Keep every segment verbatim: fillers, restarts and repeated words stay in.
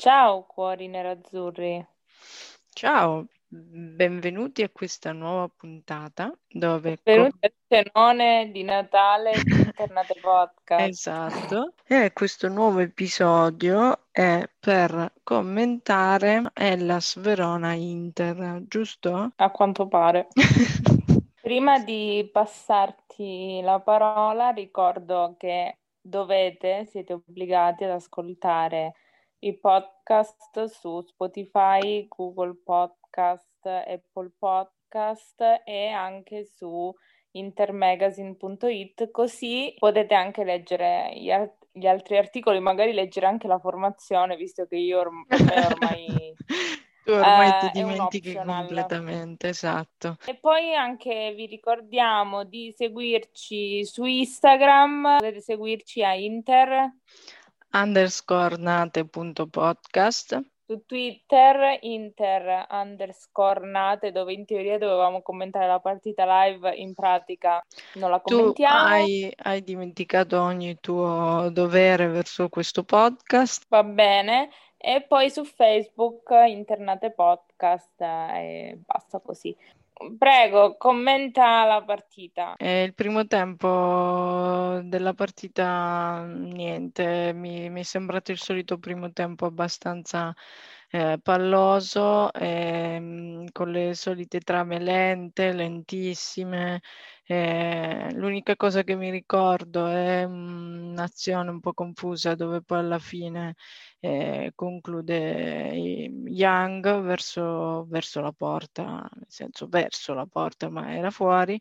Ciao cuori nerazzurri, Ciao, benvenuti a questa nuova puntata dove com- benvenuti al cenone di Natale di Internet Podcast. Esatto, e questo nuovo episodio è per commentare Hellas Verona Inter, giusto? A quanto pare. Prima di passarti la parola, ricordo che dovete, siete obbligati ad ascoltare i podcast su Spotify, Google Podcast, Apple Podcast e anche su intermagazine punto it, così potete anche leggere gli, al- gli altri articoli, magari leggere anche la formazione, visto che io orm- per me ormai Tu ormai ti eh, è un dimentichi optional. completamente, esatto. E poi anche vi ricordiamo di seguirci su Instagram, potete seguirci a Inter, Underscore nate.podcast. su Twitter, Inter underscore Nate, dove in teoria dovevamo commentare la partita live, in pratica non la Tu commentiamo. hai, hai dimenticato ogni tuo dovere verso questo podcast. Va bene. E poi su Facebook, Internate Podcast, eh, e basta così. Prego, commenta la partita. E il primo tempo della partita, niente, mi, mi è sembrato il solito primo tempo abbastanza eh, palloso, ehm, con le solite trame lente, lentissime. Eh, l'unica cosa che mi ricordo è mm, un'azione un po' confusa dove poi alla fine eh, conclude i- Young verso, verso la porta, nel senso verso la porta, ma era fuori.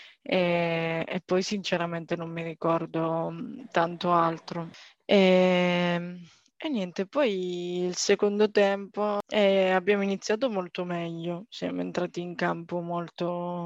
E, e poi sinceramente non mi ricordo mh, tanto altro. E, e niente, poi il secondo tempo eh, abbiamo iniziato molto meglio, siamo entrati in campo molto,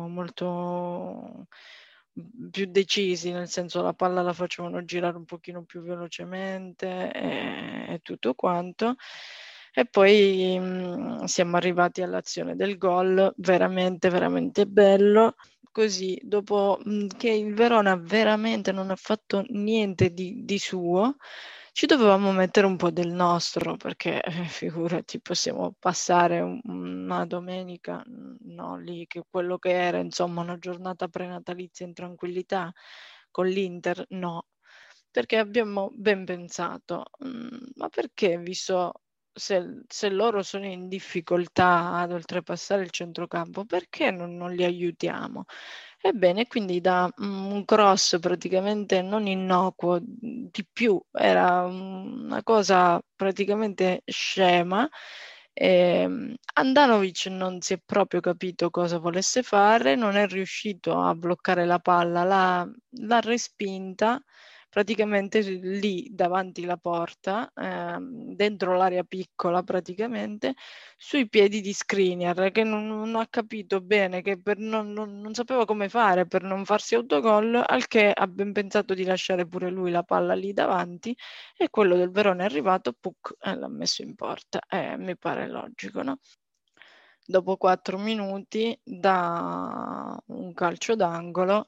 molto più decisi, nel senso la palla la facevano girare un pochino più velocemente e, e tutto quanto. E poi mh, siamo arrivati all'azione del gol, veramente, veramente bello. Così, dopo mh, che il Verona veramente non ha fatto niente di, di suo, ci dovevamo mettere un po' del nostro, perché eh, figurati, possiamo passare un- una domenica, mm, no, lì, che quello che era, insomma, una giornata prenatalizia in tranquillità con l'Inter, no, perché abbiamo ben pensato, mm, ma perché, visto se, se loro sono in difficoltà ad oltrepassare il centrocampo, perché non, non li aiutiamo? Ebbene, quindi da mm, un cross praticamente non innocuo, di più, era una cosa praticamente scema. Ehm, Andanovic non si è proprio capito cosa volesse fare, non è riuscito a bloccare la palla, l'ha, l'ha respinta praticamente lì davanti la porta, ehm, dentro l'area piccola praticamente, sui piedi di Skriniar che non, non ha capito bene, che per non, non- non sapeva come fare per non farsi autogol, al che ha ben pensato di lasciare pure lui la palla lì davanti e quello del Verona è arrivato, puc, e l'ha messo in porta. Eh, mi pare logico, no? Dopo quattro minuti da un calcio d'angolo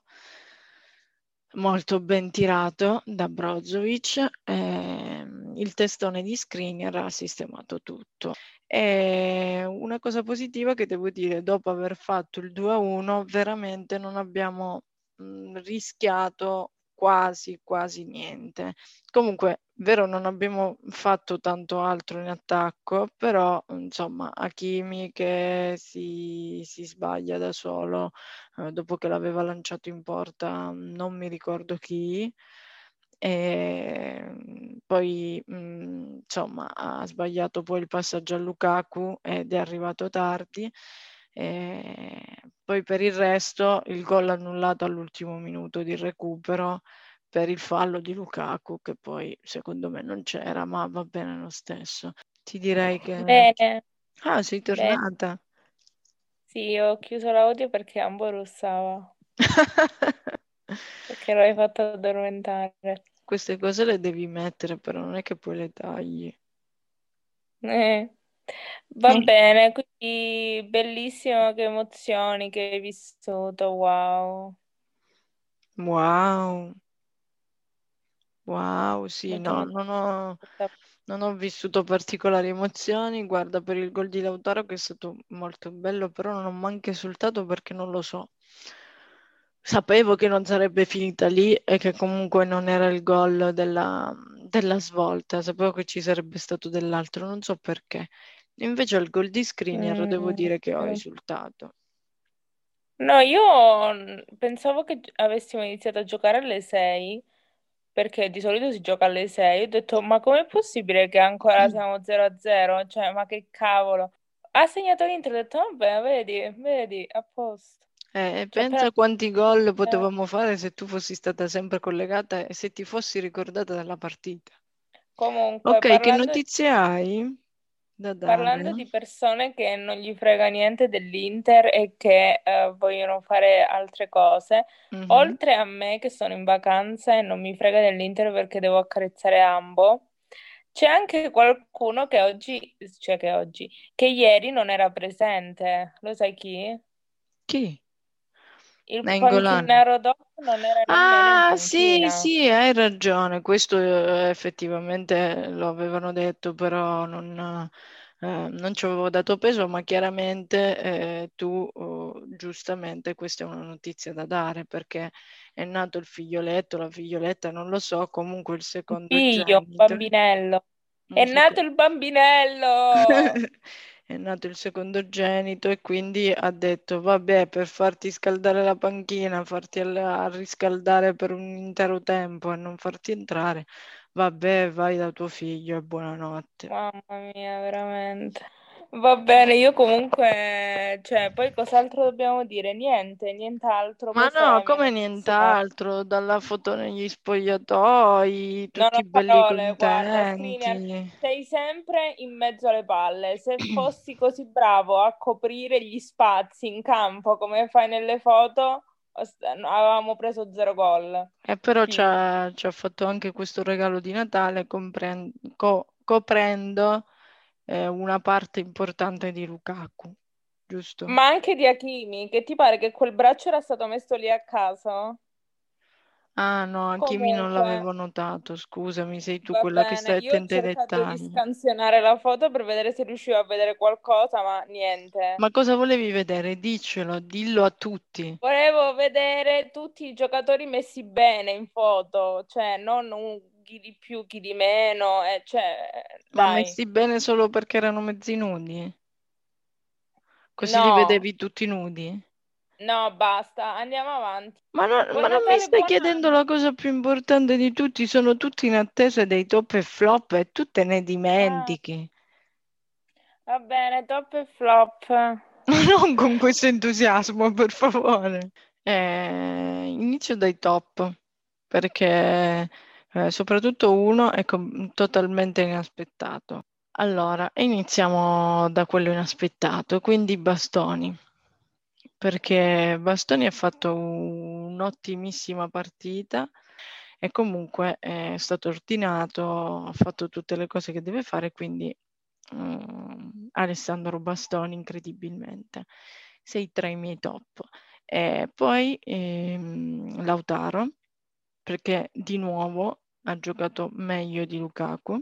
molto ben tirato da Brozovic, ehm, il testone di Skriniar ha sistemato tutto. E una cosa positiva che devo dire, dopo aver fatto il due a uno, veramente non abbiamo mh, rischiato quasi, quasi niente. Comunque, vero, non abbiamo fatto tanto altro in attacco, però insomma, Hakimi che si, si sbaglia da solo eh, dopo che l'aveva lanciato in porta, non mi ricordo chi. E poi mh, insomma ha sbagliato poi il passaggio a Lukaku ed è arrivato tardi. E poi per il resto il gol annullato all'ultimo minuto di recupero per il fallo di Lukaku che poi secondo me non c'era, ma va bene lo stesso. Ti direi che... Bene, Ah, sei bene. tornata. Sì, ho chiuso l'audio perché Ambo russava, perché l'hai fatto addormentare. Queste cose le devi mettere, però non è che poi le tagli. Eh, va bene, quindi bellissimo, che emozioni che hai vissuto, wow. Wow, wow, sì, Mi no, sono non ho, tutta- Non ho vissuto particolari emozioni, guarda, per il gol di Lautaro che è stato molto bello, però non ho manco esultato perché non lo so. Sapevo che non sarebbe finita lì e che comunque non era il gol della, della svolta, sapevo che ci sarebbe stato dell'altro, non so perché. Invece al gol di Skriniar devo Mm, dire che ho esultato. No, io mm, pensavo che gi- avessimo iniziato a giocare alle sei, perché di solito si gioca alle sei. Ho detto, ma com'è possibile che ancora siamo zero a zero? Cioè, ma che cavolo. Ha segnato l'Inter, ho detto, vabbè, vedi, vedi, a posto. Eh, Cioè, appena... pensa quanti gol eh, potevamo fare se tu fossi stata sempre collegata e se ti fossi ricordata della partita. Comunque, Ok, che parlando notizie hai da Parlando dare? di persone che non gli frega niente dell'Inter e che eh, vogliono fare altre cose, Mhm. oltre a me che sono in vacanza e non mi frega dell'Inter perché devo accarezzare Ambo, c'è anche qualcuno che oggi, cioè che oggi, che ieri non era presente. Lo sai chi? Chi? Il Nainggolan. panchinaro dopo non era nemmeno in Ah, sì, panchina. sì, hai ragione. Questo eh, effettivamente lo avevano detto, però non, eh, non ci avevo dato peso, ma chiaramente eh, tu, oh, giustamente, questa è una notizia da dare perché è nato il figlioletto, la figlioletta, non lo so, comunque il Un figlio, un secondogenito. bambinello. È Un nato seco- il bambinello! È nato il secondogenito e quindi ha detto: Vabbè, per farti scaldare la panchina, farti al- a riscaldare per un intero tempo e non farti entrare, vabbè, vai da tuo figlio e buonanotte. Mamma mia, veramente. Va bene, io comunque, cioè, poi cos'altro dobbiamo dire? Niente, nient'altro. Ma Questa è no, la mia come notizia. nient'altro, dalla foto negli spogliatoi, Non tutti ho belli parole, guarda, Skriniar, contenti. sei sempre in mezzo alle palle. Se fossi così bravo a coprire gli spazi in campo come fai nelle foto, os- avevamo preso zero gol. E però ci Fine. ha, ci ha fatto anche questo regalo di Natale compren- co- coprendo eh, una parte importante di Lukaku, giusto? Ma anche di Hakimi, che ti pare che quel braccio era stato messo lì a caso? Ah no, Hakimi non Comunque. l'avevo notato, scusami, sei tu Va quella che bene, stai io ho attenta ai cercato di dettagli. scansionare la foto per vedere se riuscivo a vedere qualcosa, ma niente. Ma cosa volevi vedere? Diccelo, dillo a tutti. Volevo vedere tutti i giocatori messi bene in foto, cioè non un chi di più, chi di meno, eh, cioè, Ma dai. messi bene solo perché erano mezzi nudi? Così li No, vedevi tutti nudi? no, basta, andiamo avanti. Ma, no- ma Buon non mi Natale, stai buon chiedendo anno. la cosa più importante di tutti? Sono tutti in attesa dei top e flop e tu te ne Ah, dimentichi. va bene, top e flop. Ma non con questo entusiasmo, per favore. Eh, inizio dai top, perché eh, soprattutto uno è com- totalmente inaspettato. Allora, iniziamo da quello inaspettato, quindi Bastoni, perché Bastoni ha fatto un'ottimissima partita e comunque è stato ordinato, ha fatto tutte le cose che deve fare, quindi mm, Alessandro Bastoni incredibilmente. Sei tra i miei top. E poi ehm, Lautaro, perché di nuovo ha giocato meglio di Lukaku.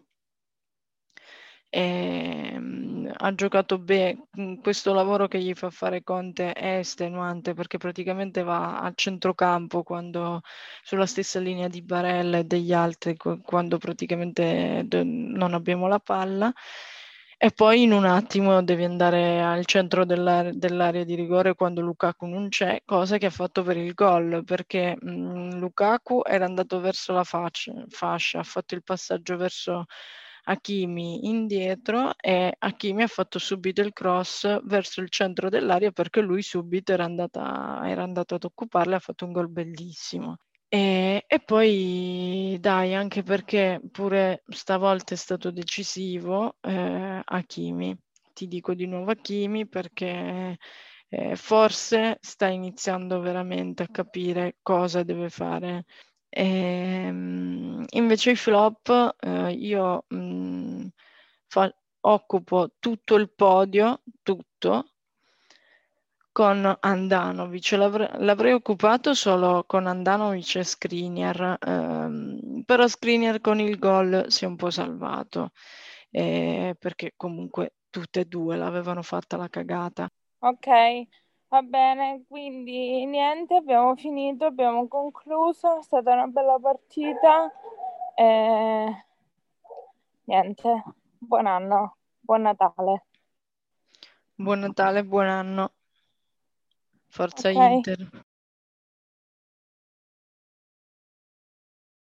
Ehm, ha giocato bene. Questo lavoro che gli fa fare Conte è estenuante perché praticamente va a centrocampo quando, sulla stessa linea di Barella e degli altri qu- quando praticamente d- non abbiamo la palla. E poi in un attimo devi andare al centro dell'area, dell'area di rigore quando Lukaku non c'è, cosa che ha fatto per il gol, perché mh, Lukaku era andato verso la fascia, fascia, ha fatto il passaggio verso Hakimi indietro e Hakimi ha fatto subito il cross verso il centro dell'area perché lui subito era, andata, era andato ad occuparla e ha fatto un gol bellissimo. E, e poi dai, anche perché pure stavolta è stato decisivo eh, Hakimi. Ti dico di nuovo Hakimi perché eh, forse sta iniziando veramente a capire cosa deve fare. Ehm, invece i flop, eh, io mh, fa- occupo tutto il podio, tutto, con Andanovic. L'avre- l'avrei occupato solo con Andanovic e Skriniar, ehm, però Skriniar con il gol si è un po' salvato, eh, perché comunque tutte e due l'avevano fatta la cagata. Ok, va bene, quindi niente, abbiamo finito, abbiamo concluso, è stata una bella partita. E niente, buon anno, buon Natale. Buon Natale, buon anno. Forza Ok. Inter.